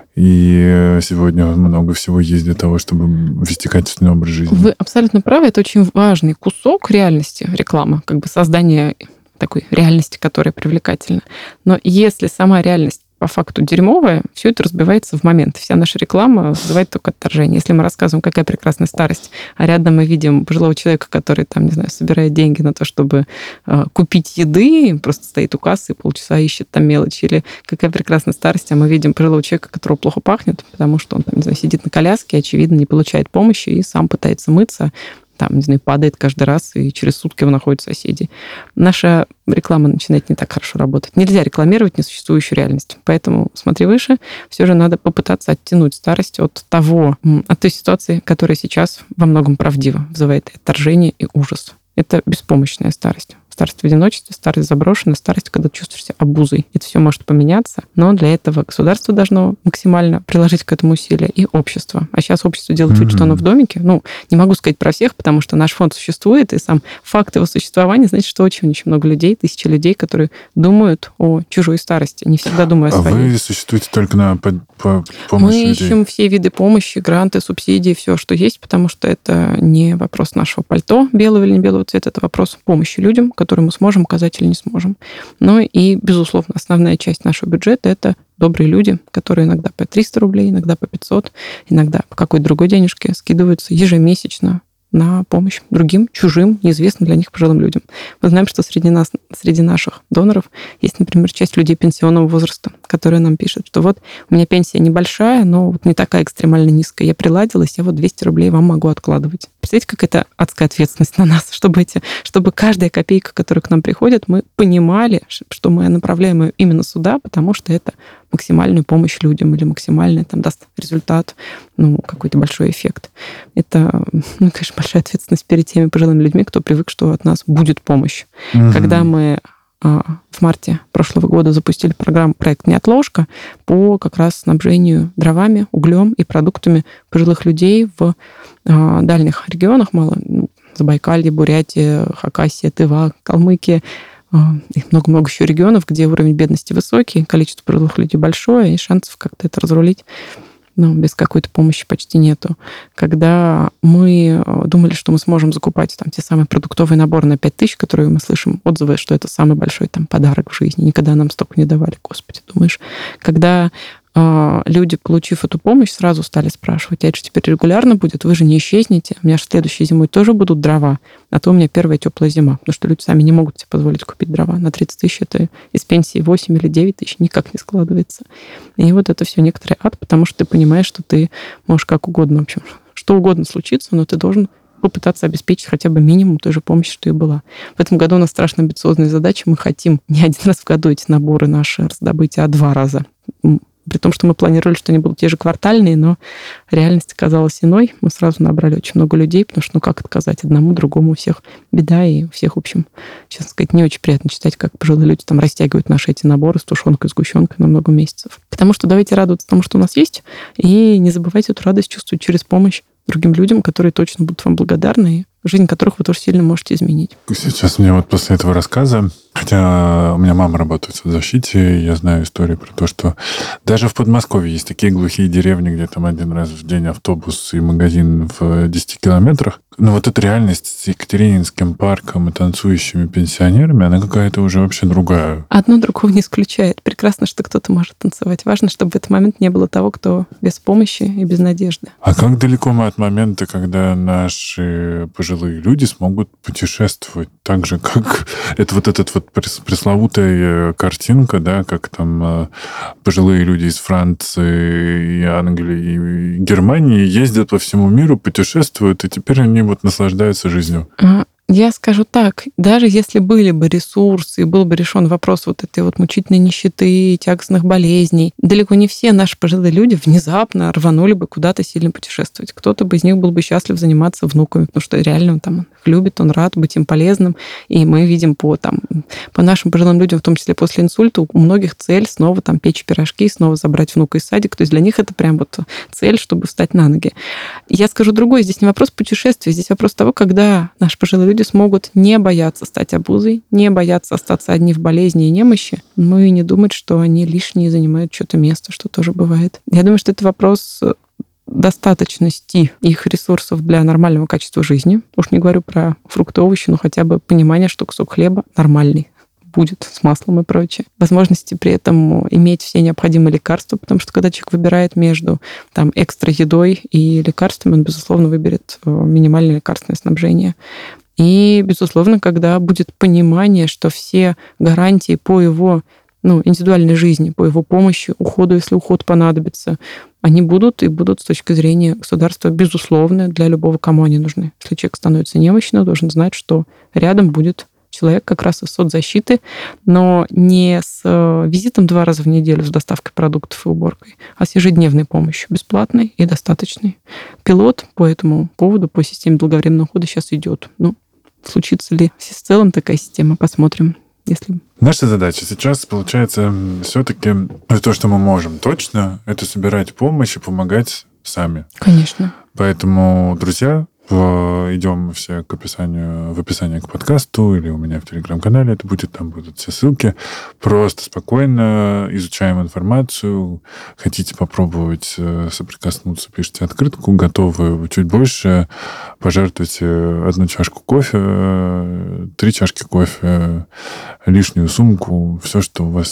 И сегодня много всего есть для того, чтобы вести качественный образ жизни. Вы абсолютно правы. Это очень важный кусок реальности, реклама, как бы создание такой реальности, которая привлекательна. Но если сама реальность по факту дерьмовая, все это разбивается в момент. Вся наша реклама вызывает только отторжение. Если мы рассказываем, какая прекрасная старость, а рядом мы видим пожилого человека, который там, не знаю, собирает деньги на то, чтобы э, купить еды, просто стоит у кассы и полчаса ищет там мелочи, или какая прекрасная старость, а мы видим пожилого человека, которого плохо пахнет, потому что он там, не знаю, сидит на коляске, очевидно, не получает помощи и сам пытается мыться, там, не знаю, падает каждый раз, и через сутки его находят соседи. Наша реклама начинает не так хорошо работать. Нельзя рекламировать несуществующую реальность. Поэтому смотри выше. Все же надо попытаться оттянуть старость от того, от той ситуации, которая сейчас во многом правдива, вызывает отторжение и ужас. Это беспомощная старость. Старость в одиночестве, старость заброшенная, старость, когда чувствуешь себя обузой. Это все может поменяться, но для этого государство должно максимально приложить к этому усилия, и общество. А сейчас общество делает вид, mm-hmm. что оно в домике. Ну, не могу сказать про всех, потому что наш фонд существует, и сам факт его существования значит, что очень-очень много людей, тысячи людей, которые думают о чужой старости, не всегда думая о своей. А вы существуете только на по- по- помощь Мы людей? ищем все виды помощи, гранты, субсидии, все, что есть, потому что это не вопрос нашего пальто, белого или не белого цвета, это вопрос помощи людям, которые мы сможем оказать или не сможем. Ну и, безусловно, основная часть нашего бюджета – это добрые люди, которые иногда по триста рублей, иногда по пятьсот, иногда по какой-то другой денежке скидываются ежемесячно на помощь другим, чужим, неизвестным для них пожилым людям. Мы знаем, что среди нас, среди наших доноров есть, например, часть людей пенсионного возраста, которые нам пишут, что вот у меня пенсия небольшая, но вот не такая экстремально низкая, я приладилась, я вот двести рублей вам могу откладывать. Представляете, как это адская ответственность на нас, чтобы, эти, чтобы каждая копейка, которая к нам приходит, мы понимали, что мы направляем ее именно сюда, потому что это максимальную помощь людям или максимальный там даст результат, ну, какой-то большой эффект. Это, ну, конечно, большая ответственность перед теми пожилыми людьми, кто привык, что от нас будет помощь. Mm-hmm. Когда мы в марте прошлого года запустили программу «Проект Неотложка» по как раз снабжению дровами, углем и продуктами пожилых людей в дальних регионах, мало, Забайкалье, Бурятия, Хакасия, Тыва, Калмыкия, и много-много еще регионов, где уровень бедности высокий, количество пожилых людей большое, и шансов как-то это разрулить, ну, без какой-то помощи почти нету. Когда мы думали, что мы сможем закупать там те самые продуктовые наборы на пять тысяч, которые мы слышим отзывы, что это самый большой там подарок в жизни, никогда нам столько не давали, господи, думаешь. Когда люди, получив эту помощь, сразу стали спрашивать, а это же теперь регулярно будет, вы же не исчезнете, у меня же следующей зимой тоже будут дрова, а то у меня первая теплая зима, потому что люди сами не могут себе позволить купить дрова. На тридцать тысяч это из пенсии восемь или девять тысяч никак не складывается. И вот это все некоторый ад, потому что ты понимаешь, что ты можешь как угодно, в общем, что угодно случится, но ты должен попытаться обеспечить хотя бы минимум той же помощи, что и была. В этом году у нас страшно амбициозная задача. Мы хотим не один раз в году эти наборы наши раздобыть, а два раза. При том, что мы планировали, что они будут те же квартальные, но реальность оказалась иной. Мы сразу набрали очень много людей, потому что, ну, как отказать одному, другому, у всех беда, и у всех, в общем, честно сказать, не очень приятно читать, как пожилые люди там растягивают наши эти наборы с тушенкой, сгущенкой на много месяцев. Потому что давайте радоваться тому, что у нас есть, и не забывайте эту радость чувствовать через помощь другим людям, которые точно будут вам благодарны, и жизнь которых вы тоже сильно можете изменить. Сейчас мне вот после этого рассказа, хотя у меня мама работает в соцзащите, я знаю историю про то, что даже в Подмосковье есть такие глухие деревни, где там один раз в день автобус и магазин в десяти километрах. Но вот эта реальность с Екатерининским парком и танцующими пенсионерами, она какая-то уже вообще другая. Одно другого не исключает. Прекрасно, что кто-то может танцевать. Важно, чтобы в этот момент не было того, кто без помощи и без надежды. А как далеко мы от момента, когда наши пожилые люди смогут путешествовать так же, как это вот этот вот пресловутая картинка, да, как там пожилые люди из Франции, и Англии, и Германии ездят по всему миру, путешествуют, и теперь они вот наслаждаются жизнью. Я скажу так, даже если были бы ресурсы, и был бы решен вопрос вот этой вот мучительной нищеты, тягостных болезней, далеко не все наши пожилые люди внезапно рванули бы куда-то сильно путешествовать. Кто-то бы из них был бы счастлив заниматься внуками, потому что реально он там их любит, он рад быть им полезным. И мы видим по, там, по нашим пожилым людям, в том числе после инсульта, у многих цель снова там печь пирожки, снова забрать внука из садика. То есть для них это прям вот цель, чтобы встать на ноги. Я скажу другое, здесь не вопрос путешествия, здесь вопрос того, когда наши пожилые люди смогут не бояться стать обузой, не бояться остаться одни в болезни и немощи, ну и не думать, что они лишние занимают что-то место, что тоже бывает. Я думаю, что это вопрос достаточности их ресурсов для нормального качества жизни. Уж не говорю про фрукты, овощи, но хотя бы понимание, что кусок хлеба нормальный будет с маслом и прочее. Возможности при этом иметь все необходимые лекарства, потому что когда человек выбирает между там, экстра едой и лекарствами, он, безусловно, выберет минимальное лекарственное снабжение. И, безусловно, когда будет понимание, что все гарантии по его ну, индивидуальной жизни, по его помощи, уходу, если уход понадобится, они будут и будут с точки зрения государства, безусловно, для любого, кому они нужны. Если человек становится немощным, он должен знать, что рядом будет человек как раз из соцзащиты, но не с визитом два раза в неделю с доставкой продуктов и уборкой, а с ежедневной помощью, бесплатной и достаточной. Пилот по этому поводу, по системе долговременного ухода сейчас идет. Ну, случится ли в целом такая система, посмотрим. Если... Наша задача сейчас, получается, все-таки то, что мы можем точно, это собирать помощь и помогать сами. Конечно. Поэтому, друзья, идем все к описанию, в описании к подкасту или у меня в Телеграм-канале это будет, там будут все ссылки. Просто спокойно изучаем информацию. Хотите попробовать соприкоснуться, пишите открытку. Готовы чуть больше, пожертвуйте одну чашку кофе, три чашки кофе, лишнюю сумку, все, что у вас,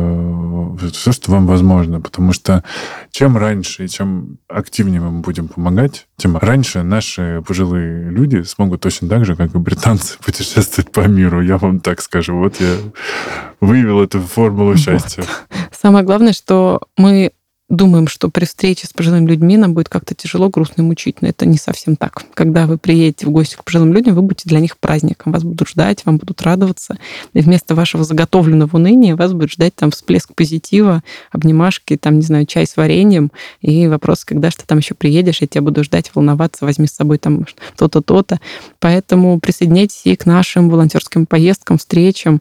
все, что вам возможно. Потому что чем раньше и чем активнее мы будем помогать, тем раньше наши пожилые люди смогут точно так же, как и британцы, путешествовать по миру. Я вам так скажу. Вот я выявил эту формулу счастья. Вот. Самое главное, что мы думаем, что при встрече с пожилыми людьми нам будет как-то тяжело, грустно и мучительно. Это не совсем так. Когда вы приедете в гости к пожилым людям, вы будете для них праздником. Вас будут ждать, вам будут радоваться. И вместо вашего заготовленного уныния вас будет ждать там всплеск позитива, обнимашки, там, не знаю, чай с вареньем. И вопрос, когда же ты там еще приедешь, я тебя буду ждать, волноваться, возьми с собой там то-то, то-то. Поэтому присоединяйтесь и к нашим волонтерским поездкам, встречам.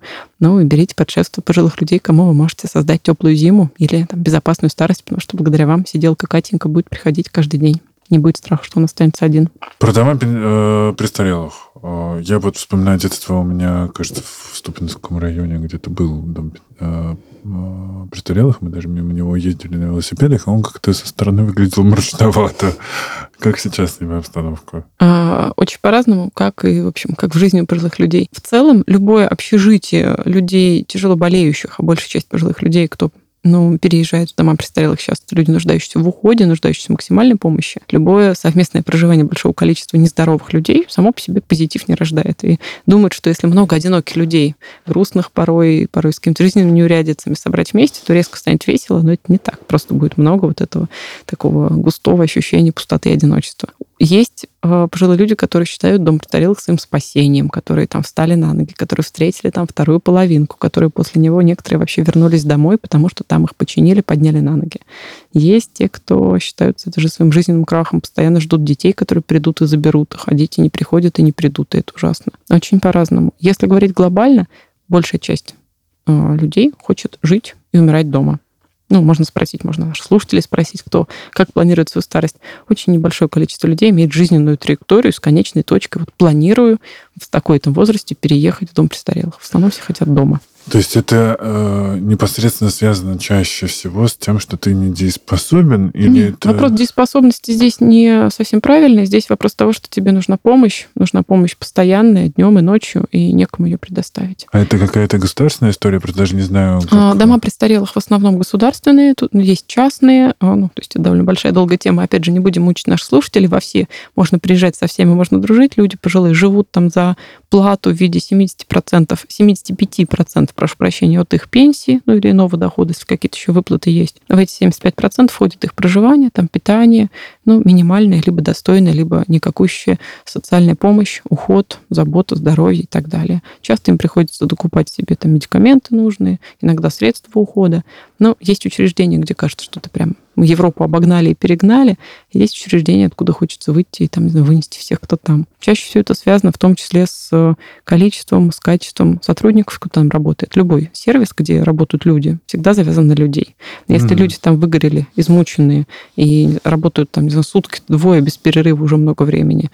Ну, и берите под шефство пожилых людей, кому вы можете создать теплую зиму или там, безопасную старость, потому что благодаря вам сиделка Катенька будет приходить каждый день. Не будет страха, что он останется один. Про дома э, престарелых. Я вот вспоминаю детство, у меня, кажется, в Ступинском районе где-то был дом э, престарелых. Мы даже мимо него ездили на велосипедах, а он как-то со стороны выглядел мрачновато. Как сейчас тебе обстановка? А, очень по-разному, как и, в общем, как в жизни у пожилых людей. В целом, любое общежитие людей тяжело болеющих, а большая часть пожилых людей, кто ну, переезжают в дома престарелых сейчас люди, нуждающиеся в уходе, нуждающиеся в максимальной помощи. Любое совместное проживание большого количества нездоровых людей само по себе позитив не рождает. И думают, что если много одиноких людей, грустных порой, порой с какими-то жизненными неурядицами собрать вместе, то резко станет весело, но это не так. Просто будет много вот этого такого густого ощущения пустоты и одиночества. Есть э, пожилые люди, которые считают дом престарелых своим спасением, которые там встали на ноги, которые встретили там вторую половинку, которые после него некоторые вообще вернулись домой, потому что там их починили, подняли на ноги. Есть те, кто считают это же своим жизненным крахом, постоянно ждут детей, которые придут и заберут их, а дети не приходят и не придут, и это ужасно. Очень по-разному. Если говорить глобально, большая часть э, людей хочет жить и умирать дома. Ну, можно спросить, можно наших слушателей спросить, кто как планирует свою старость. Очень небольшое количество людей имеет жизненную траекторию с конечной точкой. Вот планирую в такой-то возрасте переехать в дом престарелых. В основном все хотят дома. То есть это э, непосредственно связано чаще всего с тем, что ты недееспособен? Или Нет, это... Вопрос дееспособности здесь не совсем правильный. Здесь вопрос того, что тебе нужна помощь. Нужна помощь постоянная, днем и ночью, и некому ее предоставить. А это какая-то государственная история? Просто даже не знаю... Как... Дома престарелых в основном государственные, тут есть частные. Ну, то есть это довольно большая, долгая тема. Опять же, не будем мучить наших слушателей. Во все можно приезжать, со всеми можно дружить. Люди пожилые живут там за плату в виде семьдесят процентов, семьдесят пять процентов, прошу прощения, от их пенсии, ну или иного дохода, если какие-то еще выплаты есть. В эти семьдесят пять процентов входит их проживание, там питание, ну, минимальная, либо достойная, либо никакущая социальная помощь, уход, забота, здоровье и так далее. Часто им приходится докупать себе там медикаменты нужные, иногда средства ухода. Но есть учреждения, где кажется, что ты прям Европу обогнали и перегнали. Есть учреждения, откуда хочется выйти и там, не знаю, вынести всех, кто там. Чаще все это связано в том числе с количеством, с качеством сотрудников, кто там работает. Любой сервис, где работают люди, всегда завязан на людей. Если mm-hmm. люди там выгорели, измученные, и работают там, не знаю, сутки, двое без перерыва уже много времени,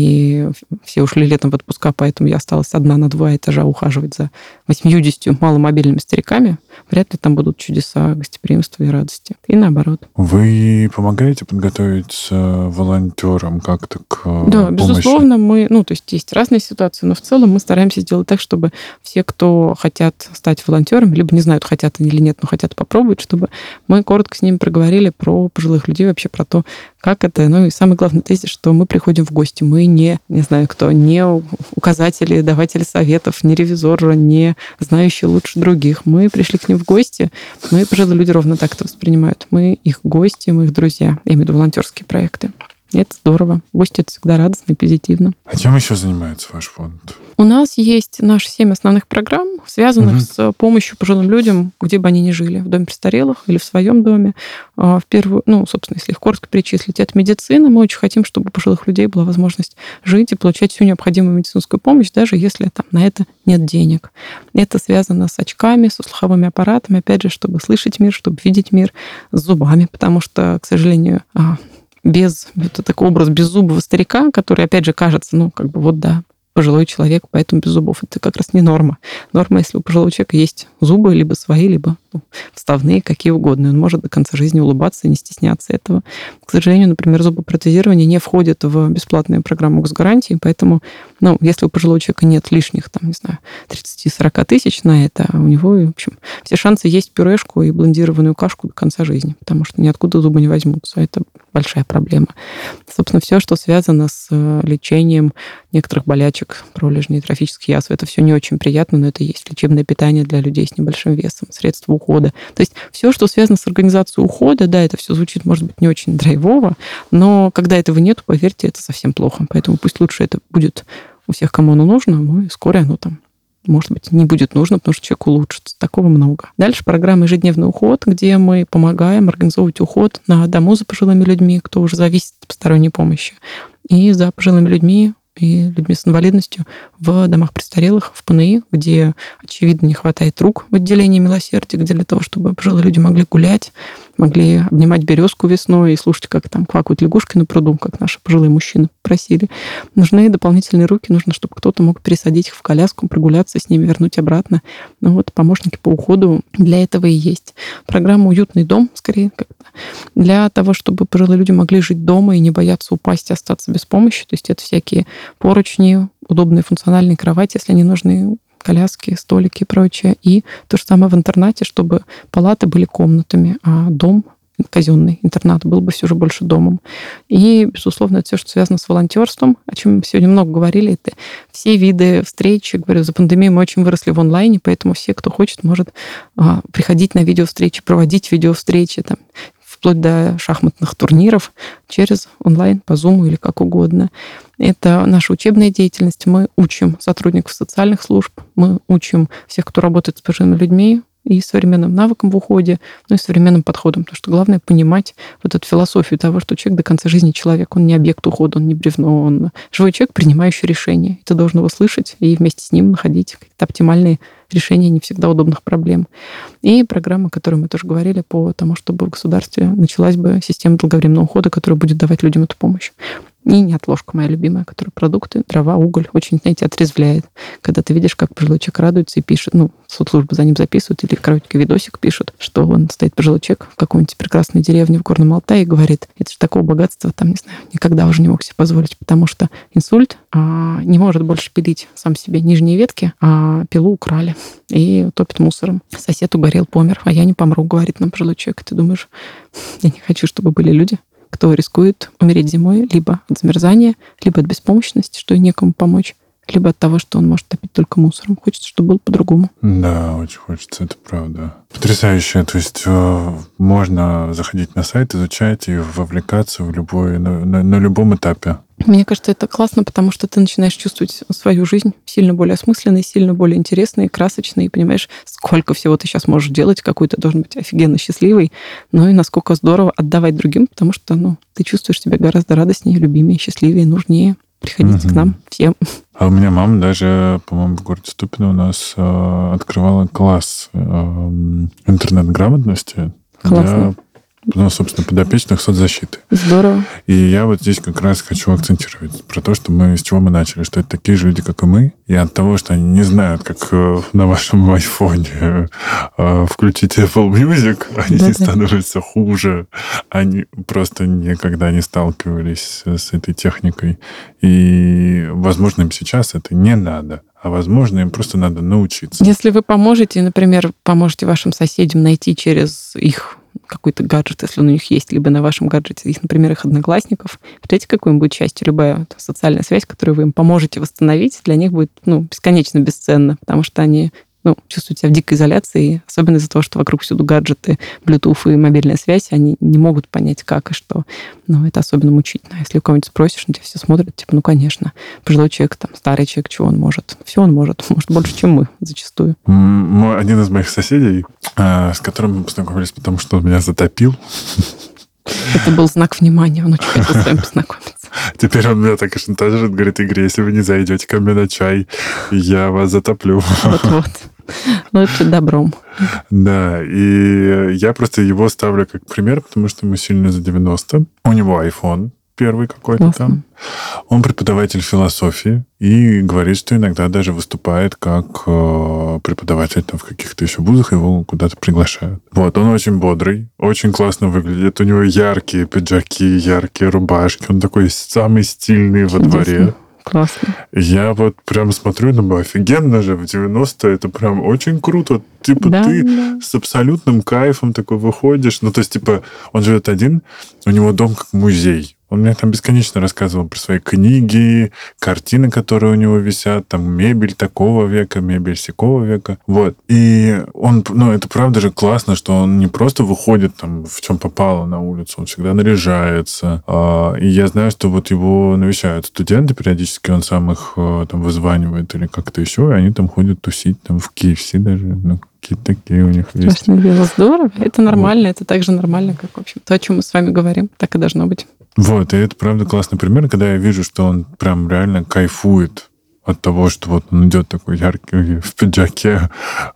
и все ушли летом в отпуска, поэтому я осталась одна на два этажа ухаживать за восьмидесятью маломобильными стариками, вряд ли там будут чудеса гостеприимства и радости. И наоборот. Вы помогаете подготовиться волонтерам как-то к Да, помощи? Безусловно, мы, ну, то есть есть разные ситуации, но в целом мы стараемся сделать так, чтобы все, кто хотят стать волонтерами, либо не знают, хотят они или нет, но хотят попробовать, чтобы мы коротко с ними проговорили про пожилых людей, вообще про то, как это. Ну и самый главный тезис, что мы приходим в гости. Мы не, не знаю кто, не указатели, даватели советов, не ревизоры, не знающие лучше других. Мы пришли к ним в гости, ну и пожилые люди ровно так это воспринимают. Мы их гости, мы их друзья. Я имею в виду волонтерские проекты. И это здорово. Гости — это всегда радостно и позитивно. А чем еще занимается ваш фонд? У нас есть наши семь основных программ, связанных угу. с помощью пожилым людям, где бы они ни жили, в доме престарелых или в своем доме. В первую, ну, собственно, если их коротко перечислить, это медицина. Мы очень хотим, чтобы у пожилых людей была возможность жить и получать всю необходимую медицинскую помощь, даже если там на это нет денег. Это связано с очками, со слуховыми аппаратами, опять же, чтобы слышать мир, чтобы видеть мир, с зубами, потому что, к сожалению, без это такой образ беззубого старика, который, опять же, кажется, ну, как бы вот да, пожилой человек, поэтому без зубов. Это как раз не норма. Норма, если у пожилого человека есть зубы, либо свои, либо ну, вставные, какие угодно. Он может до конца жизни улыбаться и не стесняться этого. К сожалению, например, зубопротезирование не входит в бесплатную программу госгарантии, поэтому, ну, если у пожилого человека нет лишних, там, не знаю, тридцать-сорок тысяч на это, у него, в общем, все шансы есть пюрешку и блондированную кашку до конца жизни, потому что ниоткуда зубы не возьмутся. Это большая проблема. Собственно, все, что связано с лечением некоторых болячек, пролежней, трофических язв, это все не очень приятно, но это есть лечебное питание для людей с небольшим весом, средства ухода. То есть все, что связано с организацией ухода, да, это все звучит, может быть, не очень драйвово, но когда этого нет, поверьте, это совсем плохо. Поэтому пусть лучше это будет у всех, кому оно нужно, ну и вскоре оно там, может быть, не будет нужно, потому что человек улучшится. Такого много. Дальше программа «Ежедневный уход», где мы помогаем организовывать уход на дому за пожилыми людьми, кто уже зависит от посторонней помощи. И за пожилыми людьми и людьми с инвалидностью в домах престарелых, в ПНИ, где, очевидно, не хватает рук в отделении милосердия, где для того, чтобы пожилые люди могли гулять, могли обнимать березку весной и слушать, как там квакают лягушки на пруду, как наши пожилые мужчины просили. Нужны дополнительные руки, нужно, чтобы кто-то мог пересадить их в коляску, прогуляться с ними, вернуть обратно. Ну вот помощники по уходу для этого и есть. Программа «Уютный дом», скорее, как-то, для того, чтобы пожилые люди могли жить дома и не бояться упасть и остаться без помощи. То есть это всякие поручни, удобные функциональные кровати, если они нужны, коляски, столики и прочее. И то же самое в интернате, чтобы палаты были комнатами, а дом, казенный интернат, был бы все же больше домом. И, безусловно, это все, что связано с волонтерством, о чем мы сегодня много говорили, это все виды встречи. Говорю, за пандемию мы очень выросли в онлайне, поэтому все, кто хочет, может а, приходить на видеовстречи, проводить видеовстречи, там, вплоть до шахматных турниров через онлайн, по Zoom или как угодно. Это наша учебная деятельность. Мы учим сотрудников социальных служб, мы учим всех, кто работает с пожилыми людьми, и современным навыкам в уходе, ну и современным подходом. Потому что главное понимать вот эту философию того, что человек до конца жизни человек, он не объект ухода, он не бревно, он живой человек, принимающий решения. И ты должен его слышать и вместе с ним находить какие-то оптимальные решения не всегда удобных проблем. И программа, о которой мы тоже говорили, по тому, чтобы в государстве началась бы система долговременного ухода, которая будет давать людям эту помощь. И неотложка моя любимая, которая продукты, дрова, уголь, очень, знаете, отрезвляет. Когда ты видишь, как пожилой человек радуется и пишет, ну, соцслужбы за ним записывают, или коротенький видосик пишут, что он стоит пожилой человек в какой-нибудь прекрасной деревне в Горном Алтае и говорит, это же такого богатства, там, не знаю, никогда уже не мог себе позволить, потому что инсульт а, не может больше пилить сам себе нижние ветки, а пилу украли и топит мусором. Сосед угорел, помер, а я не помру, говорит нам пожилой человек. И ты думаешь, я не хочу, чтобы были люди, кто рискует умереть зимой либо от замерзания, либо от беспомощности, что и некому помочь, либо от того, что он может топить только мусором. Хочется, чтобы было по-другому. Да, очень хочется, это правда. Потрясающе. То есть э, можно заходить на сайт, изучать и вовлекаться в любой, на, на, на любом этапе. Мне кажется, это классно, потому что ты начинаешь чувствовать свою жизнь сильно более осмысленной, сильно более интересной, красочной, и понимаешь, сколько всего ты сейчас можешь делать, какой ты должен быть офигенно счастливый, ну и насколько здорово отдавать другим, потому что ну, ты чувствуешь себя гораздо радостнее, любимее, счастливее, нужнее. Приходите угу. к нам всем. А у меня мама даже, по-моему, в городе Ступино у нас э, открывала класс э, интернет-грамотности Классно. для, ну, собственно, подопечных соцзащиты. Здорово. И я вот здесь как раз хочу акцентировать про то, что мы, с чего мы начали, что это такие же люди, как и мы, и от того, что они не знают, как э, на вашем айфоне э, включить Apple Music, они Да-да. не становятся хуже, они просто никогда не сталкивались с этой техникой. И, возможно, им сейчас это не надо, а, возможно, им просто надо научиться. Если вы поможете, например, поможете вашим соседям найти через их какой-то гаджет, если он у них есть, либо на вашем гаджете их, например, их одноклассников. Представляете, какой им будет счастье? Любая социальная связь, которую вы им поможете восстановить, для них будет ну, бесконечно бесценна, потому что они ну, чувствуют себя в дикой изоляции, особенно из-за того, что вокруг всюду гаджеты, Bluetooth и мобильная связь, они не могут понять, как и что. Но это особенно мучительно. Если у кого-нибудь спросишь, на тебя все смотрят, типа, ну, конечно, пожилой человек, там, старый человек, чего он может? Все он может. Может, больше, чем мы зачастую. Мой, один из моих соседей, с которым мы познакомились, потому что он меня затопил. Это был знак внимания. Он очень хотел с вами познакомиться. Теперь он меня так и шантажирует, говорит, Игорь, если вы не зайдете ко мне на чай, я вас затоплю. Вот-вот. Лучше добром. Да, и я просто его ставлю как пример, потому что ему сильно за девяносто. У него iPhone первый какой-то Классно. там. Он преподаватель философии и говорит, что иногда даже выступает как э, преподаватель там, в каких-то еще вузах, его куда-то приглашают. Вот, он очень бодрый, очень классно выглядит. У него яркие пиджаки, яркие рубашки. Он такой самый стильный во Чудесно. дворе. Классно. Я вот прям смотрю, думаю, офигенно же, в девяносто это прям очень круто. Типа Да, ты да. с абсолютным кайфом такой выходишь. Ну, то есть, типа, он живет один, у него дом как музей. Он мне там бесконечно рассказывал про свои книги, картины, которые у него висят, там мебель такого века, мебель сякого века. Вот. И он, ну, это правда же классно, что он не просто выходит там в чем попало на улицу, он всегда наряжается. И я знаю, что вот его навещают студенты периодически, он сам их там вызванивает или как-то еще, и они там ходят тусить там в кей эф си даже, ну, какие-то такие у них есть. Страшное дело. Здорово. Это нормально. Вот. Это так же нормально, как, в общем, то, о чем мы с вами говорим. Так и должно быть. Вот, и это, правда, классный пример, когда я вижу, что он прям реально кайфует от того, что вот он идет такой яркий в пиджаке.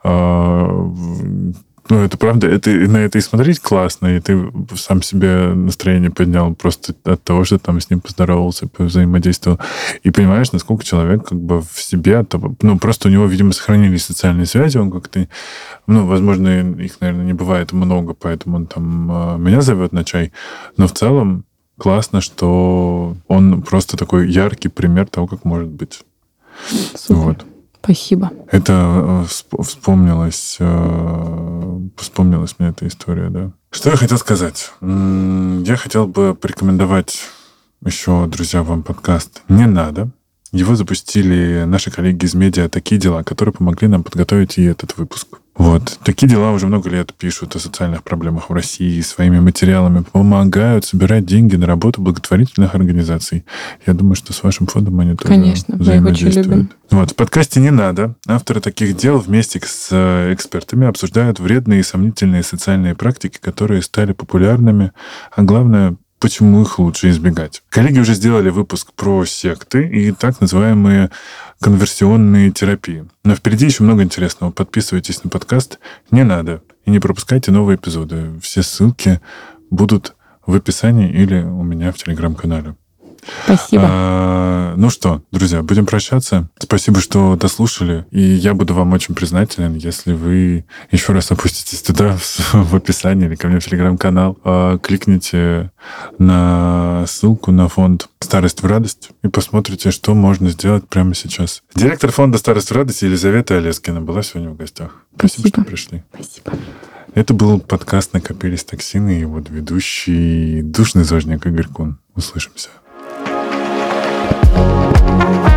Ну, это правда, это, на это и смотреть классно, и ты сам себе настроение поднял просто от того, что там с ним поздоровался, взаимодействовал. И понимаешь, насколько человек как бы в себе... Ну, просто у него, видимо, сохранились социальные связи, он как-то... Ну, возможно, их, наверное, не бывает много, поэтому он там меня зовет на чай. Но в целом классно, что он просто такой яркий пример того, как может быть. Супер. Вот. Спасибо. Это вспомнилось, вспомнилась мне эта история, да. Что я хотел сказать? Я хотел бы порекомендовать еще, друзья, вам подкаст «Не надо». Его запустили наши коллеги из медиа «Такие дела», которые помогли нам подготовить и этот выпуск. Вот. Такие дела уже много лет пишут о социальных проблемах в России, своими материалами помогают собирать деньги на работу благотворительных организаций. Я думаю, что с вашим фондом они тоже Конечно, взаимодействуют. Мы его очень любим. Вот. В подкасте «Не надо» авторы таких дел вместе с экспертами обсуждают вредные и сомнительные социальные практики, которые стали популярными, а главное, почему их лучше избегать. Коллеги уже сделали выпуск про секты и так называемые конверсионные терапии. Но впереди еще много интересного. Подписывайтесь на подкаст «Не надо» и не пропускайте новые эпизоды. Все ссылки будут в описании или у меня в Телеграм-канале. Спасибо. А, ну что, друзья, будем прощаться. Спасибо, что дослушали. И я буду вам очень признателен, если вы еще раз опуститесь туда, в описании, или ко мне в Телеграм-канал, а, кликните на ссылку на фонд «Старость в радость» и посмотрите, что можно сделать прямо сейчас. Директор фонда «Старость в радость» Елизавета Олескина была сегодня в гостях. Спасибо, Спасибо. что пришли. Спасибо. Это был подкаст «Накопились токсины» и его ведущий душный зожник Игорь Кун. Услышимся. Thank you.